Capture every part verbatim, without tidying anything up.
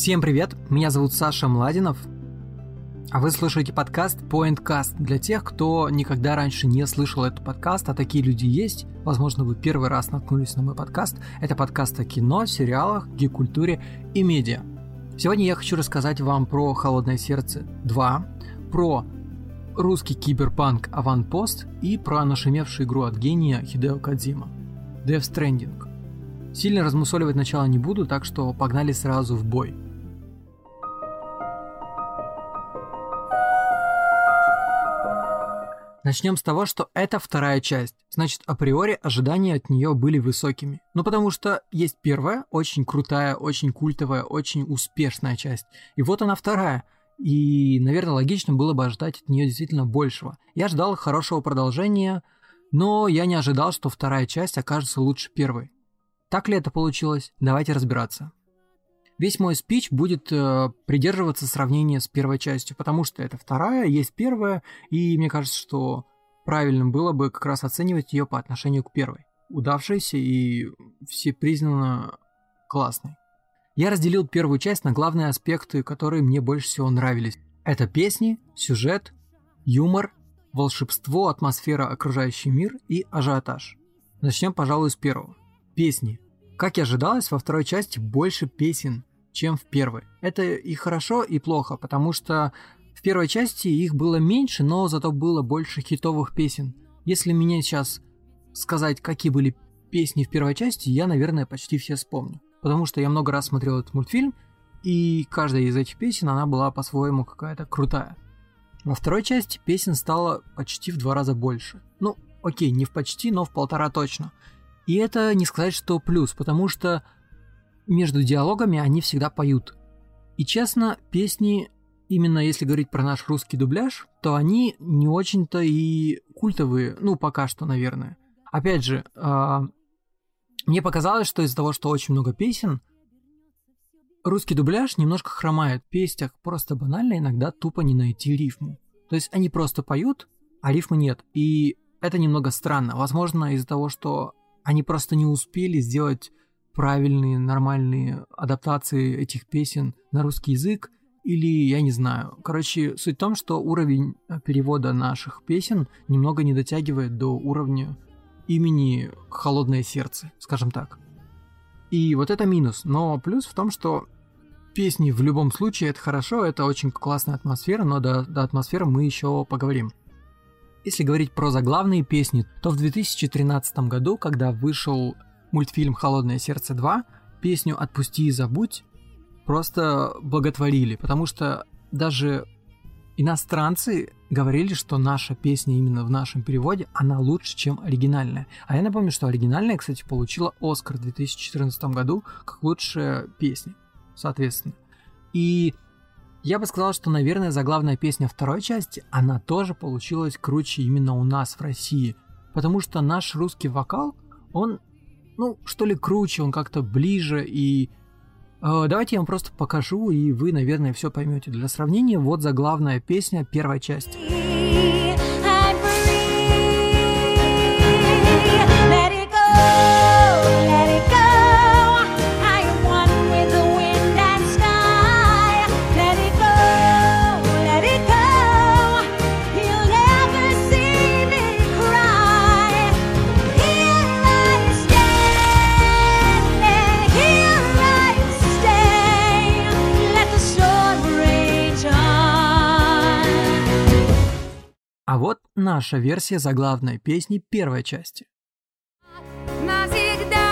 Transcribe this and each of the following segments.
Всем привет, меня зовут Саша Младинов, а вы слушаете подкаст PointCast для тех, кто никогда раньше не слышал этот подкаст, а такие люди есть. Возможно, вы первый раз наткнулись на мой подкаст. Это подкаст о кино, сериалах, гик-культуре и медиа. Сегодня я хочу рассказать вам про «Холодное сердце два», про русский киберпанк «Аванпост» и про нашумевшую игру от гения Хидео Кодзима Death Stranding. Сильно размусоливать начало не буду, так что погнали сразу в бой. Начнем с того, что это вторая часть, значит, априори ожидания от нее были высокими. Ну потому что есть первая, очень крутая, очень культовая, очень успешная часть, и вот она вторая. И, наверное, логично было бы ожидать от нее действительно большего. Я ждал хорошего продолжения, но я не ожидал, что вторая часть окажется лучше первой. Так ли это получилось? Давайте разбираться. Весь мой спич будет э, придерживаться сравнения с первой частью, потому что это вторая, есть первая, и мне кажется, что правильным было бы как раз оценивать ее по отношению к первой. Удавшейся и всепризнанно классной. Я разделил первую часть на главные аспекты, которые мне больше всего нравились. Это песни, сюжет, юмор, волшебство, атмосфера, окружающий мир и ажиотаж. Начнем, пожалуй, с первого. Песни. Как и ожидалось, во второй части больше песен, чем в первой. Это и хорошо, и плохо, потому что в первой части их было меньше, но зато было больше хитовых песен. Если мне сейчас сказать, какие были песни в первой части, я, наверное, почти все вспомню. Потому что я много раз смотрел этот мультфильм, и каждая из этих песен, она была по-своему какая-то крутая. Во второй части песен стало почти в два раза больше. Ну, окей, не в почти, но в полтора точно. И это не сказать, что плюс, потому что между диалогами они всегда поют. И честно, песни, именно если говорить про наш русский дубляж, то они не очень-то и культовые, ну, пока что, наверное. Опять же, э, мне показалось, что из-за того, что очень много песен, русский дубляж немножко хромает. В песнях просто банально иногда тупо не найти рифму. То есть они просто поют, а рифмы нет. И это немного странно. Возможно, из-за того, что они просто не успели сделать правильные, нормальные адаптации этих песен на русский язык, или я не знаю. Короче, суть в том, что уровень перевода наших песен немного не дотягивает до уровня имени «Холодное сердце», скажем так. И вот это минус. Но плюс в том, что песни в любом случае это хорошо, это очень классная атмосфера, но до, до атмосферы мы еще поговорим. Если говорить про заглавные песни, то в две тысячи тринадцатом году, когда вышел мультфильм «Холодное сердце два», песню «Отпусти и забудь» просто боготворили, потому что даже иностранцы говорили, что наша песня именно в нашем переводе, она лучше, чем оригинальная. А я напомню, что оригинальная, кстати, получила «Оскар» в две тысячи четырнадцатом году как лучшая песня, соответственно. И я бы сказал, что, наверное, заглавная песня второй части, она тоже получилась круче именно у нас в России. Потому что наш русский вокал, он, ну, что ли, круче, он как-то ближе. И э, давайте я вам просто покажу, и вы, наверное, все поймете. Для сравнения, вот заглавная песня первой части. А вот наша версия заглавной песни первой части. Навсегда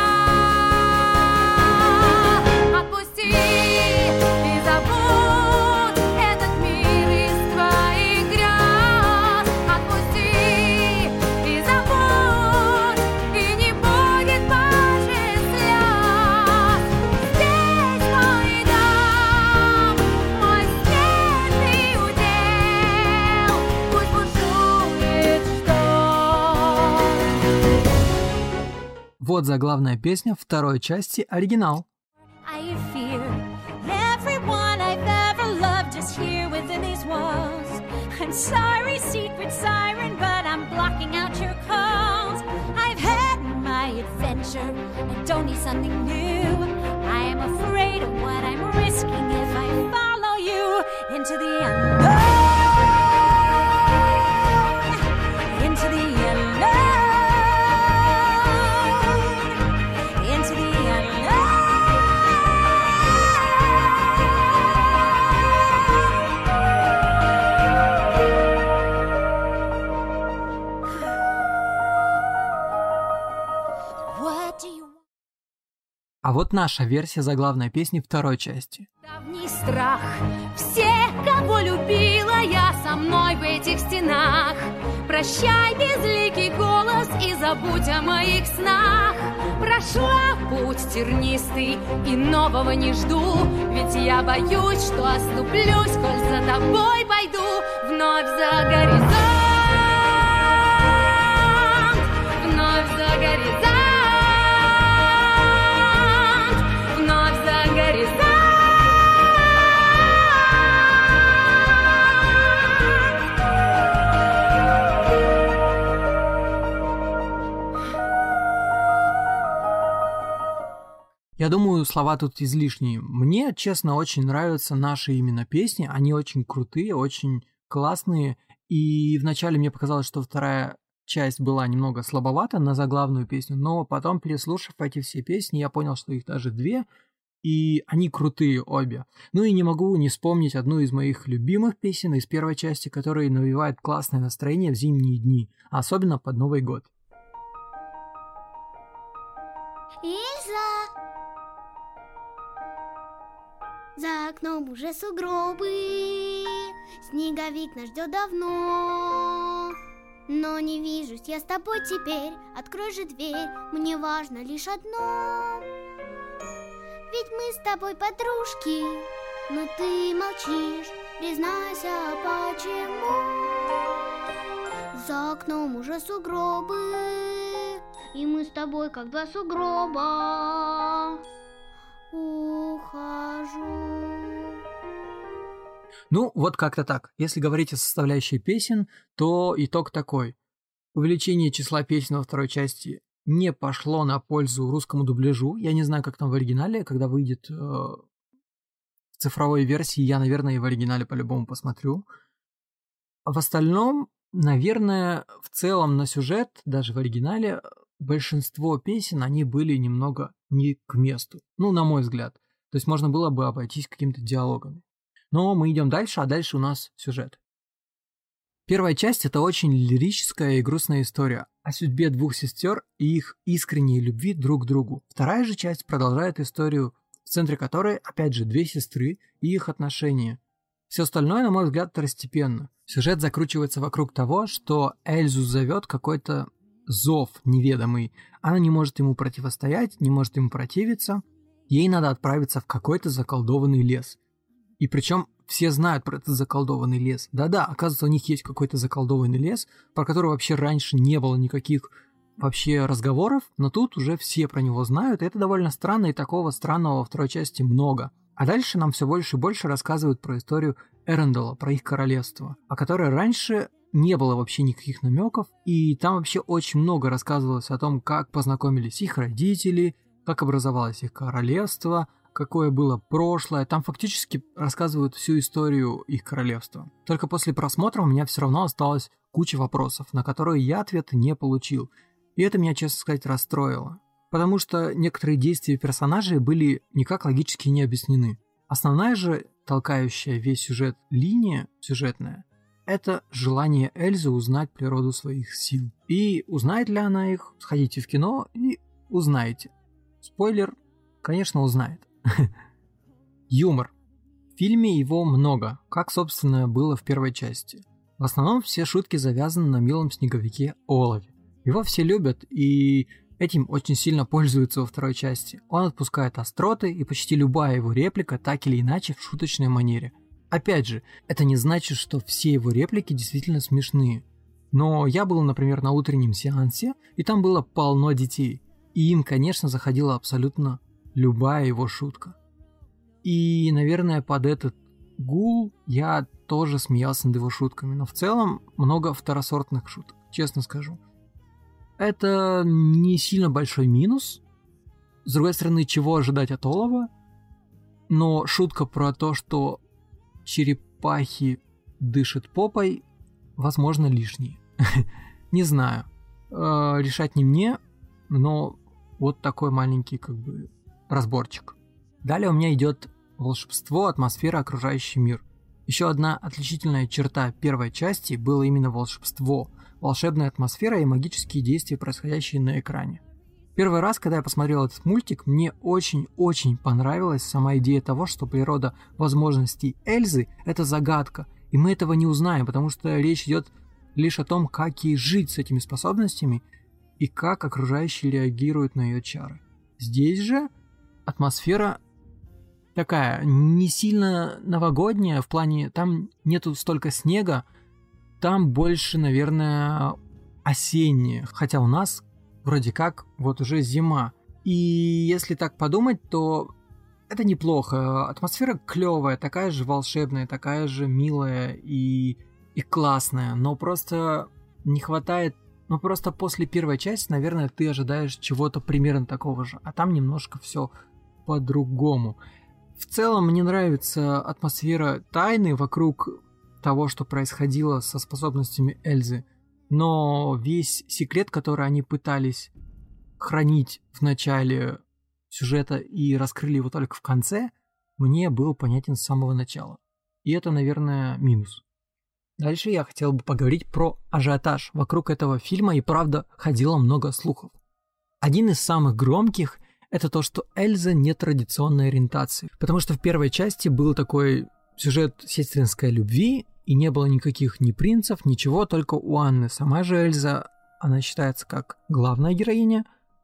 отпусти и забудь этот мир из твоих грез. Отпусти и забудь, и не будет больше слез. Здесь мой дом, мой светлый удел. Пусть бушует шторм. Вот заглавная песня второй части, оригинал. I fear everyone I've ever loved is here within these walls. I'm sorry, secret siren, but I'm blocking out your calls. I've had my adventure, I don't need something new. I am afraid of what I'm risking if follow you into the unknown, into the unknown, into the unknown. What do you want? А вот наша версия заглавной песни второй части. Давний страх, все, кого любила я, со мной в этих стенах. Прощай, безликий голос, и забудь о моих снах. Прошла путь тернистый, и нового не жду, ведь я боюсь, что оступлюсь, коль за тобой пойду вновь за горизонт, вновь за горизонт. Я думаю, слова тут излишние. Мне, честно, очень нравятся наши именно песни. Они очень крутые, очень классные. И вначале мне показалось, что вторая часть была немного слабовата на заглавную песню, но потом, переслушав эти все песни, я понял, что их даже две, и они крутые обе. Ну и не могу не вспомнить одну из моих любимых песен из первой части, которая навевает классное настроение в зимние дни, особенно под Новый год. Эльза! За окном уже сугробы, снеговик нас ждет давно. Но не вижусь я с тобой теперь, открой же дверь, мне важно лишь одно. Ведь мы с тобой подружки, но ты молчишь, признайся, почему? За окном уже сугробы, и мы с тобой как два сугроба. Ухожу. Ну, вот как-то так. Если говорить о составляющей песен, то итог такой. Увеличение числа песен во второй части не пошло на пользу русскому дубляжу. Я не знаю, как там в оригинале, когда выйдет э, в цифровой версии, я, наверное, и в оригинале по-любому посмотрю. А в остальном, наверное, в целом на сюжет, даже в оригинале, большинство песен, они были немного не к месту. Ну, на мой взгляд. То есть можно было бы обойтись какими-то диалогами. Но мы идем дальше, а дальше у нас сюжет. Первая часть — это очень лирическая и грустная история о судьбе двух сестер и их искренней любви друг к другу. Вторая же часть продолжает историю, в центре которой, опять же, две сестры и их отношения. Все остальное, на мой взгляд, второстепенно. Сюжет закручивается вокруг того, что Эльзу зовет какой-то зов неведомый. Она не может ему противостоять, не может ему противиться. Ей надо отправиться в какой-то заколдованный лес. И причем все знают про этот заколдованный лес. Да-да, оказывается, у них есть какой-то заколдованный лес, про который вообще раньше не было никаких вообще разговоров, но тут уже все про него знают, и это довольно странно, и такого странного во второй части много. А дальше нам все больше и больше рассказывают про историю Эрендела, про их королевство, о которой раньше не было вообще никаких намеков, и там вообще очень много рассказывалось о том, как познакомились их родители, как образовалось их королевство, какое было прошлое. Там фактически рассказывают всю историю их королевства. Только после просмотра у меня все равно осталась куча вопросов, на которые я ответа не получил. И это меня, честно сказать, расстроило. Потому что некоторые действия персонажей были никак логически не объяснены. Основная же, толкающая весь сюжет линия сюжетная, это желание Эльзы узнать природу своих сил. И узнает ли она их, сходите в кино и узнаете. Спойлер, конечно, узнает. Юмор. В фильме его много, как, собственно, было в первой части. В основном все шутки завязаны на милом снеговике Олове. Его все любят, и этим очень сильно пользуются во второй части. Он отпускает остроты, и почти любая его реплика так или иначе в шуточной манере. Опять же, это не значит, что все его реплики действительно смешные. Но я был, например, на утреннем сеансе, и там было полно детей. И им, конечно, заходила абсолютно любая его шутка. И, наверное, под этот гул я тоже смеялся над его шутками. Но в целом много второсортных шуток, честно скажу. Это не сильно большой минус. С другой стороны, чего ожидать от Олова? Но шутка про то, что черепахи дышат попой, возможно, лишние. Не знаю. Решать не мне, но вот такой маленький как бы разборчик. Далее у меня идет волшебство, атмосфера, окружающий мир. Еще одна отличительная черта первой части было именно волшебство, волшебная атмосфера и магические действия, происходящие на экране. Первый раз, когда я посмотрел этот мультик, мне очень-очень понравилась сама идея того, что природа возможностей Эльзы – это загадка, и мы этого не узнаем, потому что речь идет лишь о том, как ей жить с этими способностями и как окружающие реагируют на ее чары. Здесь же атмосфера такая, не сильно новогодняя, в плане, там нету столько снега, там больше, наверное, осенняя, хотя у нас вроде как вот уже зима. И если так подумать, то это неплохо, атмосфера клевая, такая же волшебная, такая же милая и, и классная, но просто не хватает, ну просто после первой части, наверное, ты ожидаешь чего-то примерно такого же, а там немножко все по-другому. В целом мне нравится атмосфера тайны вокруг того, что происходило со способностями Эльзы, но весь секрет, который они пытались хранить в начале сюжета и раскрыли его только в конце, мне был понятен с самого начала. И это, наверное, минус. Дальше я хотел бы поговорить про ажиотаж. Вокруг этого фильма и правда ходило много слухов. Один из самых громких – это то, что Эльза нетрадиционной ориентации. Потому что в первой части был такой сюжет сестринской любви, и не было никаких ни принцев, ничего, только у Анны. Сама же Эльза, она считается как главная героиня,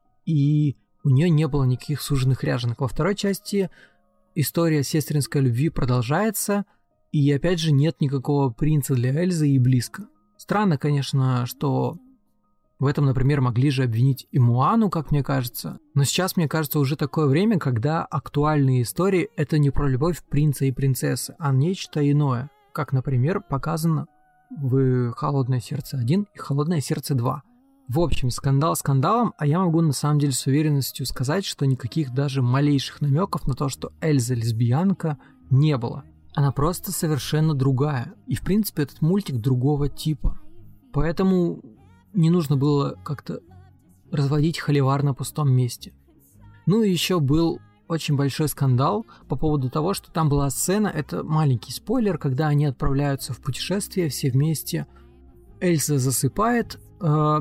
и у нее не было никаких суженых ряженых. Во второй части история сестринской любви продолжается, и опять же нет никакого принца для Эльзы и близко. Странно, конечно, что в этом, например, могли же обвинить и Моану, как мне кажется. Но сейчас, мне кажется, уже такое время, когда актуальные истории — это не про любовь принца и принцессы, а нечто иное. Как, например, показано в «Холодное сердце один» и «Холодное сердце два». В общем, скандал скандалом, а я могу на самом деле с уверенностью сказать, что никаких даже малейших намеков на то, что Эльза лесбиянка, не было. Она просто совершенно другая. И, в принципе, этот мультик другого типа. Поэтому не нужно было как-то разводить холивар на пустом месте. Ну и еще был очень большой скандал по поводу того, что там была сцена, это маленький спойлер, когда они отправляются в путешествие все вместе. Эльза засыпает, э,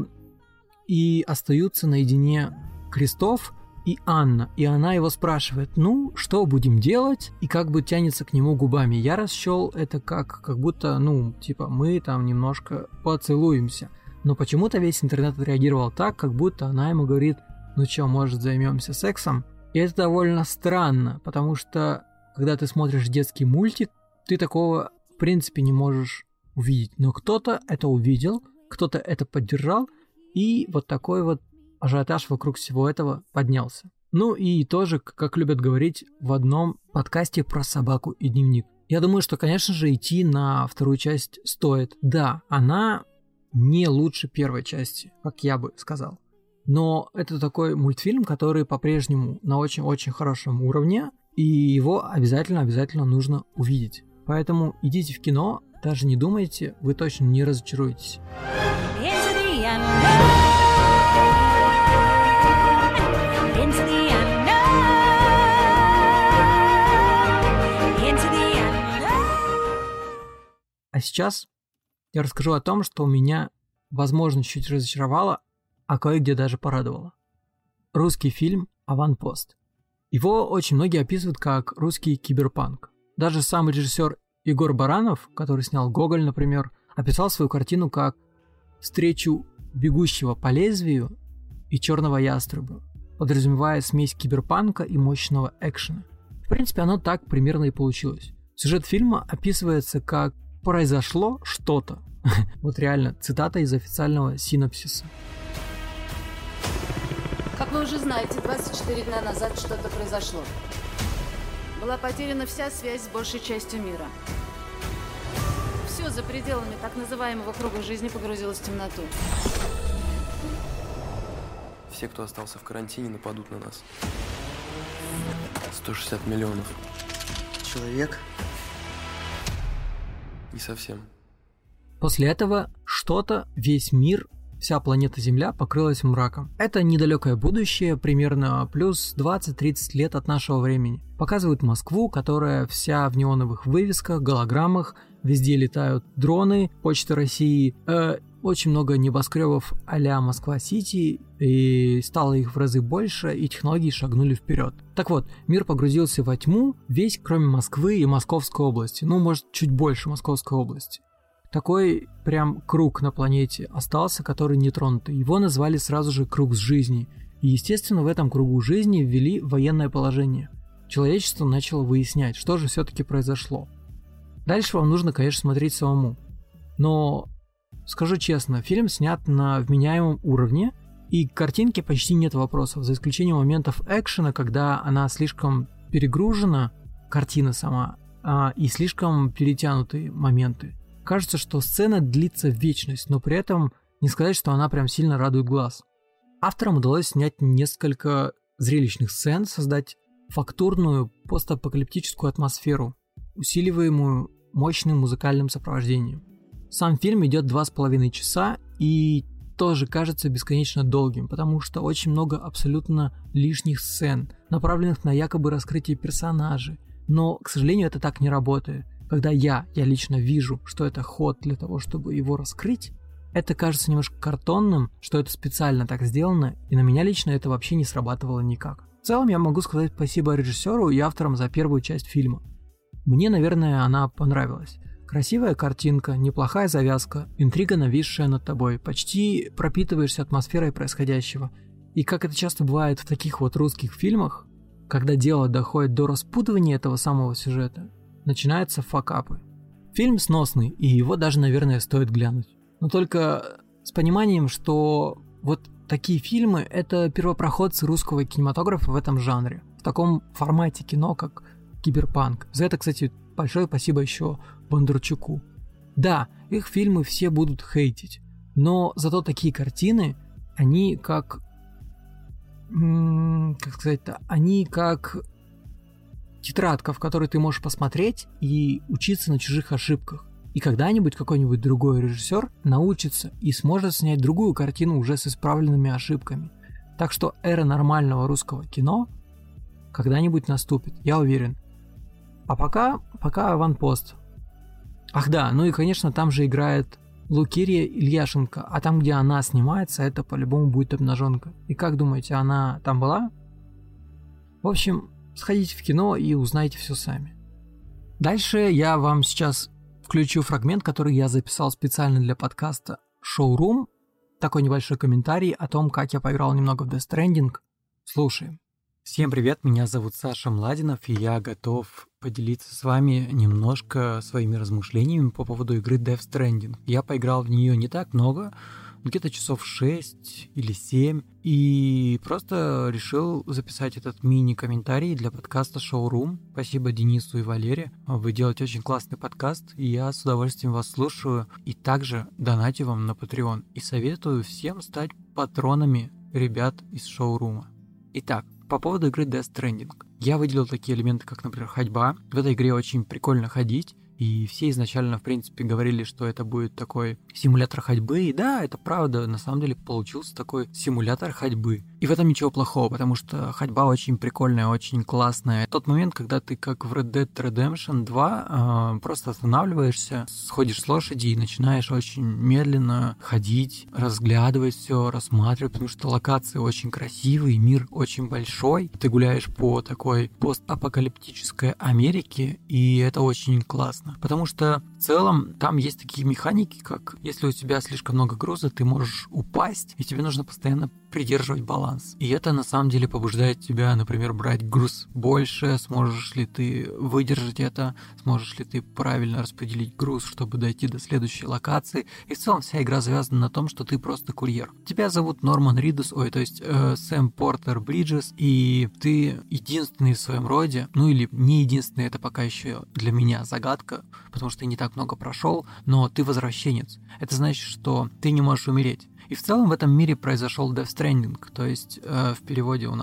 и остаются наедине Кристоф и Анна. И она его спрашивает, ну, что будем делать? И как бы тянется к нему губами. Я расчел это как, как будто, ну, типа, мы там немножко поцелуемся. Но почему-то весь интернет отреагировал так, как будто она ему говорит, ну что, может, займемся сексом? И это довольно странно, потому что, когда ты смотришь детский мультик, ты такого, в принципе, не можешь увидеть. Но кто-то это увидел, кто-то это поддержал, и вот такой вот ажиотаж вокруг всего этого поднялся. Ну и тоже, как любят говорить в одном подкасте про собаку и дневник. Я думаю, что, конечно же, идти на вторую часть стоит. Да, она не лучше первой части, как я бы сказал. Но это такой мультфильм, который по-прежнему на очень-очень хорошем уровне, и его обязательно-обязательно нужно увидеть. Поэтому идите в кино, даже не думайте, вы точно не разочаруетесь. А сейчас я расскажу о том, что меня, возможно, чуть разочаровало, а кое-где даже порадовало. Русский фильм «Аванпост». Его очень многие описывают как русский киберпанк. Даже сам режиссер Егор Баранов, который снял «Гоголь», например, описал свою картину как встречу бегущего по лезвию и черного ястреба, подразумевая смесь киберпанка и мощного экшена. В принципе, оно так примерно и получилось. Сюжет фильма описывается как «произошло что-то». Вот реально, цитата из официального синопсиса. Как вы уже знаете, двадцать четыре дня назад что-то произошло. Была потеряна вся связь с большей частью мира. Все за пределами так называемого круга жизни погрузилось в темноту. Все, кто остался в карантине, нападут на нас. сто шестьдесят миллионов. человек? Не совсем. После этого что-то, весь мир, вся планета Земля покрылась мраком. Это недалекое будущее, примерно плюс двадцать-тридцать лет от нашего времени. Показывают Москву, которая вся в неоновых вывесках, голограммах, везде летают дроны, Почта России, э, очень много небоскребов а-ля Москва-Сити, и стало их в разы больше, и технологии шагнули вперед. Так вот, мир погрузился во тьму, весь кроме Москвы и Московской области, ну, может, чуть больше Московской области. Такой прям круг на планете остался, который не тронутый. Его назвали сразу же круг с жизни. И, естественно, в этом кругу жизни ввели военное положение. Человечество начало выяснять, что же все-таки произошло. Дальше вам нужно, конечно, смотреть самому. Но, скажу честно, фильм снят на вменяемом уровне, и к картинке почти нет вопросов, за исключением моментов экшена, когда она слишком перегружена, картина сама, а, и слишком перетянутые моменты. Кажется, что сцена длится вечность, но при этом не сказать, что она прям сильно радует глаз. Авторам удалось снять несколько зрелищных сцен, создать фактурную постапокалиптическую атмосферу, усиливаемую мощным музыкальным сопровождением. Сам фильм идет два с половиной часа и тоже кажется бесконечно долгим, потому что очень много абсолютно лишних сцен, направленных на якобы раскрытие персонажей. Но, к сожалению, это так не работает. Когда я, я лично вижу, что это ход для того, чтобы его раскрыть, это кажется немножко картонным, что это специально так сделано, и на меня лично это вообще не срабатывало никак. В целом я могу сказать спасибо режиссеру и авторам за первую часть фильма. Мне, наверное, она понравилась. Красивая картинка, неплохая завязка, интрига, нависшая над тобой, почти пропитываешься атмосферой происходящего. И как это часто бывает в таких вот русских фильмах, когда дело доходит до распутывания этого самого сюжета, начинаются факапы. Фильм сносный, и его даже, наверное, стоит глянуть. Но только с пониманием, что вот такие фильмы — это первопроходцы русского кинематографа в этом жанре, в таком формате кино, как киберпанк. За это, кстати, большое спасибо еще Бондарчуку. Да, их фильмы все будут хейтить, но зато такие картины, они как... Как сказать-то? Они как... тетрадка, в которой ты можешь посмотреть и учиться на чужих ошибках. И когда-нибудь какой-нибудь другой режиссер научится и сможет снять другую картину уже с исправленными ошибками. Так что эра нормального русского кино когда-нибудь наступит, я уверен. А пока, пока аванпост. Ах да, ну и конечно там же играет Лукерья Ильяшенко, а там, где она снимается, это по-любому будет обнаженка. И как думаете, она там была? В общем, сходите в кино и узнайте все сами. Дальше я вам сейчас включу фрагмент, который я записал специально для подкаста Showroom. Такой небольшой комментарий о том, как я поиграл немного в Death Stranding. Слушаем. Всем привет, меня зовут Саша Младинов, и я готов поделиться с вами немножко своими размышлениями по поводу игры Death Stranding. Я поиграл в нее не так много, где-то часов шесть или семь, и просто решил записать этот мини-комментарий для подкаста Showroom. Спасибо Денису и Валере, вы делаете очень классный подкаст, и я с удовольствием вас слушаю, и также донатю вам на Patreon, и советую всем стать патронами ребят из Showroom. Итак, по поводу игры Death Stranding. Я выделил такие элементы, как, например, ходьба. В этой игре очень прикольно ходить, и все изначально, в принципе, говорили, что это будет такой симулятор ходьбы, и да, это правда, на самом деле получился такой симулятор ходьбы. И в этом ничего плохого, потому что ходьба очень прикольная, очень классная. Тот момент, когда ты, как в Red Dead Redemption два, э, просто останавливаешься, сходишь с лошади и начинаешь очень медленно ходить, разглядывать все, рассматривать, потому что локации очень красивые, мир очень большой. Ты гуляешь по такой постапокалиптической Америке, и это очень классно. Потому что в целом там есть такие механики, как если у тебя слишком много груза, ты можешь упасть, и тебе нужно постоянно придерживать баланс. И это на самом деле побуждает тебя, например, брать груз больше, сможешь ли ты выдержать это, сможешь ли ты правильно распределить груз, чтобы дойти до следующей локации. И в целом вся игра завязана на том, что ты просто курьер. Тебя зовут Норман Ридус, ой, то есть э, Сэм Портер Бриджес, и ты единственный в своем роде, ну или не единственный, это пока еще для меня загадка, потому что ты не так много прошел, но ты возвращенец. Это значит, что ты не можешь умереть. И в целом в этом мире произошел Death Stranding, то есть э, в переводе у нас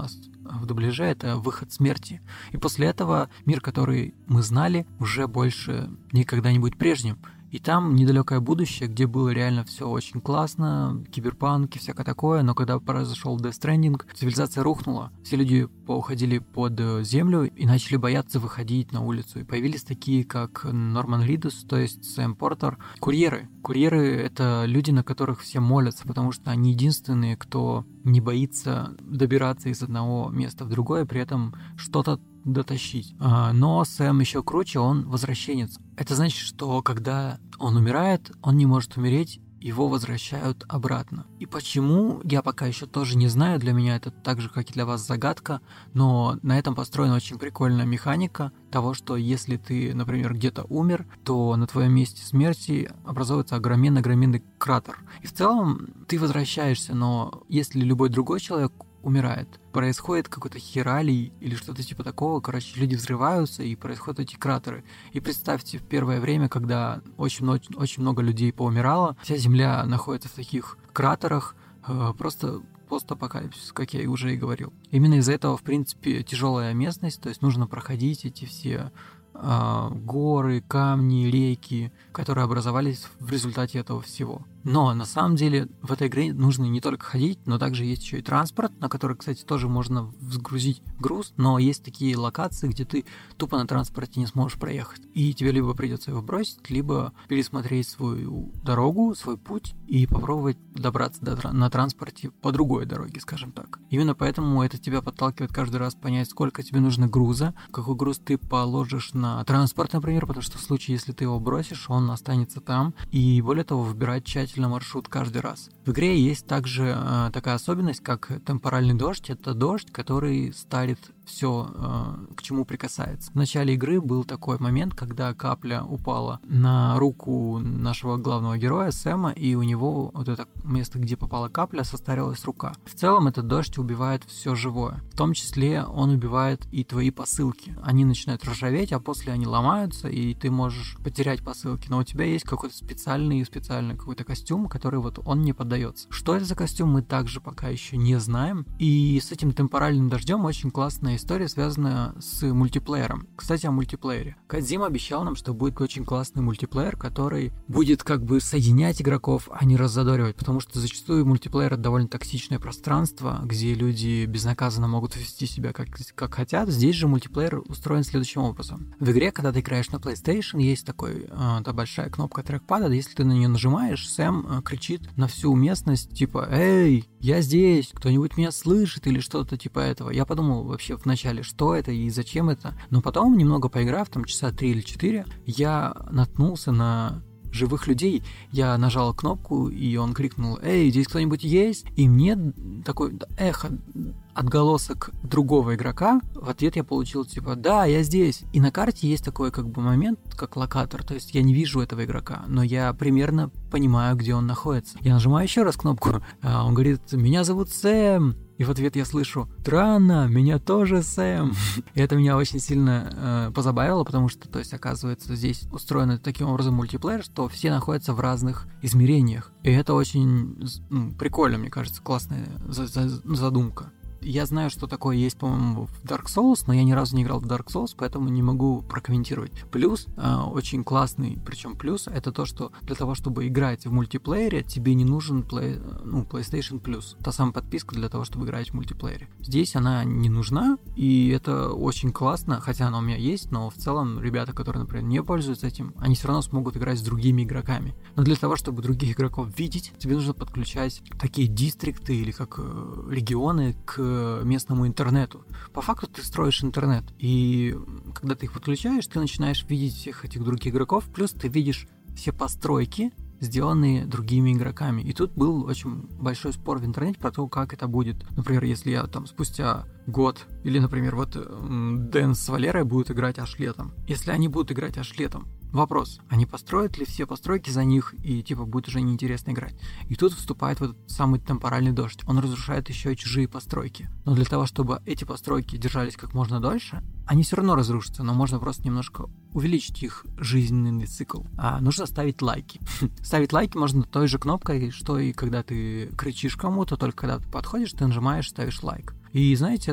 в дубляже, это «Выход смерти». И после этого мир, который мы знали, уже больше никогда не будет прежним. И там недалекое будущее, где было реально все очень классно, киберпанк и всякое такое, но когда произошел Death Stranding, цивилизация рухнула, все люди уходили под землю и начали бояться выходить на улицу. И появились такие, как Норман Ридус, то есть Сэм Портер, курьеры. Курьеры — это люди, на которых все молятся, потому что они единственные, кто не боится добираться из одного места в другое, при этом что-то дотащить. Но Сэм еще круче, он возвращенец. Это значит, что когда он умирает, он не может умереть, его возвращают обратно. И почему, я пока еще тоже не знаю, для меня это так же, как и для вас, загадка, но на этом построена очень прикольная механика того, что если ты, например, где-то умер, то на твоем месте смерти образуется огроменный-огроменный кратер. И в целом ты возвращаешься, но если любой другой человек умирает, происходит какой-то хиралий или что-то типа такого, короче, люди взрываются и происходят эти кратеры. И представьте, в первое время, когда очень, очень, очень много людей поумирало, вся Земля находится в таких кратерах, э, просто постапокалипсис, как я уже и говорил. Именно из-за этого, в принципе, тяжелая местность, то есть нужно проходить эти все э, горы, камни, реки, которые образовались в результате этого всего. Но на самом деле в этой игре нужно не только ходить, но также есть еще и транспорт, на который, кстати, тоже можно взгрузить груз, но есть такие локации, где ты тупо на транспорте не сможешь проехать. И тебе либо придется его бросить, либо пересмотреть свою дорогу, свой путь и попробовать добраться до, на транспорте по другой дороге, скажем так. Именно поэтому это тебя подталкивает каждый раз понять, сколько тебе нужно груза, какой груз ты положишь на транспорт, например, потому что в случае, если ты его бросишь, он останется там. И более того, выбирать тщательно маршрут каждый раз. В игре есть также э, такая особенность, как темпоральный дождь. Это дождь, который старит все, э, к чему прикасается. В начале игры был такой момент, когда капля упала на руку нашего главного героя Сэма, и у него вот это место, где попала капля, состарилась рука. В целом этот дождь убивает все живое. В том числе он убивает и твои посылки. Они начинают ржаветь, а после они ломаются, и ты можешь потерять посылки. Но у тебя есть какой-то специальный, специальный какой-то костюм, который вот он не поддается. Что это за костюм, мы также пока еще не знаем. И с этим темпоральным дождем очень классная история, связанная с мультиплеером. Кстати, о мультиплеере. Кодзима обещал нам, что будет очень классный мультиплеер, который будет как бы соединять игроков, а не раззадоривать, потому что зачастую мультиплеер — это довольно токсичное пространство, где люди безнаказанно могут вести себя как, как хотят. Здесь же мультиплеер устроен следующим образом. В игре, когда ты играешь на PlayStation, есть такой, э, та большая кнопка трекпада, если ты на нее нажимаешь, Сэм э, кричит на всю местность, типа: «Эй, я здесь, кто-нибудь меня слышит?» или что-то типа этого. Я подумал вообще вначале, что это и зачем это, но потом, немного поиграв, там часа три или четыре, я наткнулся на живых людей. Я нажал кнопку, и он крикнул: «Эй, здесь кто-нибудь есть?» И мне такой эхо, отголосок другого игрока. В ответ я получил типа: «Да, я здесь». И на карте есть такой как бы момент, как локатор, то есть я не вижу этого игрока, но я примерно понимаю, где он находится. Я нажимаю еще раз кнопку, а он говорит: «Меня зовут Сэм». И в ответ я слышу: «Странно, меня тоже Сэм». И это меня очень сильно э, позабавило, потому что, то есть, оказывается, здесь устроено таким образом мультиплеер, что все находятся в разных измерениях. И это очень ну, прикольно, мне кажется, классная за- за- задумка. Я знаю, что такое есть, по-моему, в Dark Souls, но я ни разу не играл в Dark Souls, поэтому не могу прокомментировать. Плюс, э, очень классный, причем плюс, это то, что для того, чтобы играть в мультиплеере, тебе не нужен play, ну, PlayStation Plus. Та самая подписка для того, чтобы играть в мультиплеере. Здесь она не нужна, и это очень классно, хотя она у меня есть, но в целом ребята, которые, например, не пользуются этим, они все равно смогут играть с другими игроками. Но для того, чтобы других игроков видеть, тебе нужно подключать такие дистрикты или как э, регионы к местному интернету. По факту ты строишь интернет, и когда ты их подключаешь, ты начинаешь видеть всех этих других игроков, плюс ты видишь все постройки, сделанные другими игроками. И тут был очень большой спор в интернете про то, как это будет. Например, если я там спустя год, или, например, вот Дэн с Валерой будут играть аж летом. Если они будут играть аж летом, вопрос, они построят ли все постройки за них, и типа будет уже неинтересно играть. И тут вступает вот этот самый темпоральный дождь. Он разрушает еще и чужие постройки. Но для того, чтобы эти постройки держались как можно дольше, они все равно разрушатся, но можно просто немножко увеличить их жизненный цикл. А нужно ставить лайки. Ставить лайки можно той же кнопкой, что и когда ты кричишь кому-то, только когда ты подходишь, ты нажимаешь, ставишь лайк. И знаете, это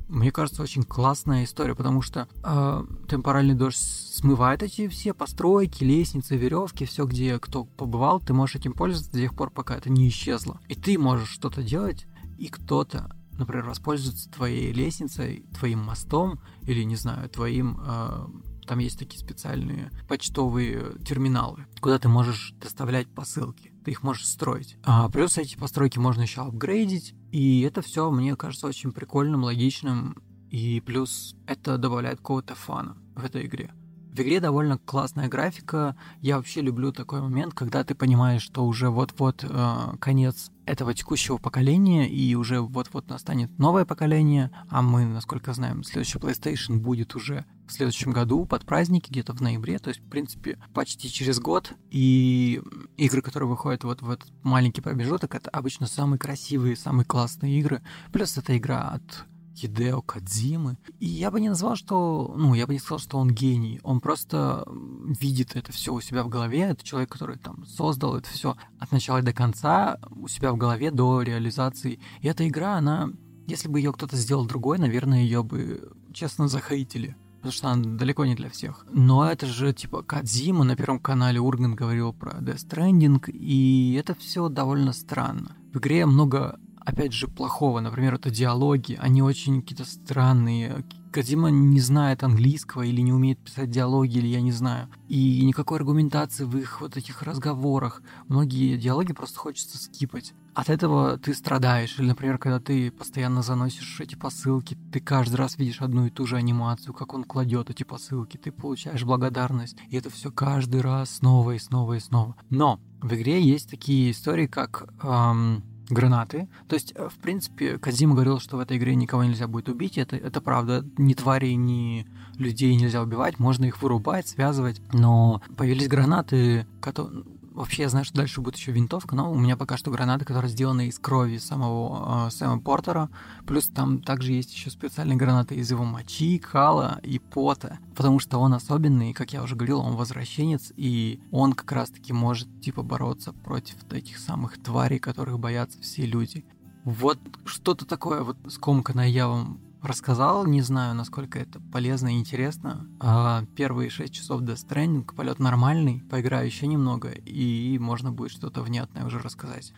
мне кажется, очень классная история, потому что э, темпоральный дождь смывает эти все постройки, лестницы, веревки, все, где кто побывал, ты можешь этим пользоваться до тех пор, пока это не исчезло. И ты можешь что-то делать, и кто-то, например, воспользуется твоей лестницей, твоим мостом, или, не знаю, твоим... Э, там есть такие специальные почтовые терминалы, куда ты можешь доставлять посылки. Ты их можешь строить. А плюс эти постройки можно еще апгрейдить. И это все, мне кажется, очень прикольным, логичным. И плюс это добавляет какого-то фана в этой игре. В игре довольно классная графика. Я вообще люблю такой момент, когда ты понимаешь, что уже вот-вот э, конец этого текущего поколения, и уже вот-вот настанет новое поколение, а мы, насколько знаем, следующий PlayStation будет уже в следующем году, под праздники, где-то в ноябре, то есть, в принципе, почти через год, и игры, которые выходят вот в этот маленький промежуток, это обычно самые красивые, самые классные игры, плюс это игра от Хидео Кодзимы. И я бы не назвал, что... Ну, я бы не сказал, что он гений. Он просто видит это все у себя в голове. Это человек, который там создал это все от начала до конца у себя в голове до реализации. И эта игра, она... Если бы ее кто-то сделал другой, наверное, ее бы, честно, захейтили. Потому что она далеко не для всех. Но это же, типа, Кодзима. На Первом канале Ургант говорил про Death Stranding. И это все довольно странно. В игре много... Опять же, плохого. Например, это диалоги. Они очень какие-то странные. Кодзима не знает английского или не умеет писать диалоги, или я не знаю. И никакой аргументации в их вот этих разговорах. Многие диалоги просто хочется скипать. От этого ты страдаешь. Или, например, когда ты постоянно заносишь эти посылки, ты каждый раз видишь одну и ту же анимацию, как он кладет эти посылки, ты получаешь благодарность. И это все каждый раз снова и снова и снова. Но в игре есть такие истории, как... Эм, гранаты. То есть, в принципе, Кодзима говорил, что в этой игре никого нельзя будет убить. Это, это правда. Ни тварей, ни людей нельзя убивать. Можно их вырубать, связывать. Но появились гранаты, которые... Вообще, я знаю, что дальше будет еще винтовка, но у меня пока что гранаты, которые сделаны из крови самого э, Сэма Портера. Плюс там также есть еще специальные гранаты из его мочи, кала и пота. Потому что он особенный, и, как я уже говорил, он возвращенец, и он как раз-таки может, типа, бороться против этих самых тварей, которых боятся все люди. Вот что-то такое вот скомканное я вам рассказал, не знаю, насколько это полезно и интересно. А первые шесть часов Death Stranding, полет нормальный, поиграю еще немного, и можно будет что-то внятное уже рассказать.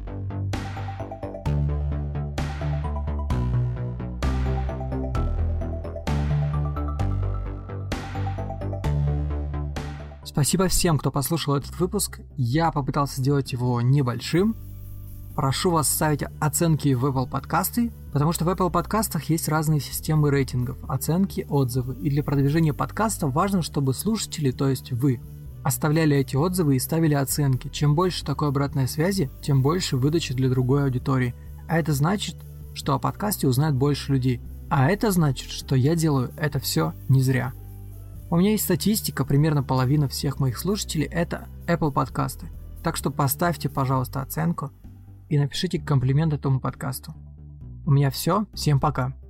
Спасибо всем, кто послушал этот выпуск. Я попытался сделать его небольшим. Прошу вас ставить оценки в Apple подкасты, потому что в Apple подкастах есть разные системы рейтингов, оценки, отзывы. И для продвижения подкаста важно, чтобы слушатели, то есть вы, оставляли эти отзывы и ставили оценки. Чем больше такой обратной связи, тем больше выдачи для другой аудитории. А это значит, что о подкасте узнает больше людей. А это значит, что я делаю это все не зря. У меня есть статистика, примерно половина всех моих слушателей это Apple подкасты. Так что поставьте, пожалуйста, оценку и напишите комплимент этому подкасту. У меня все. Всем пока.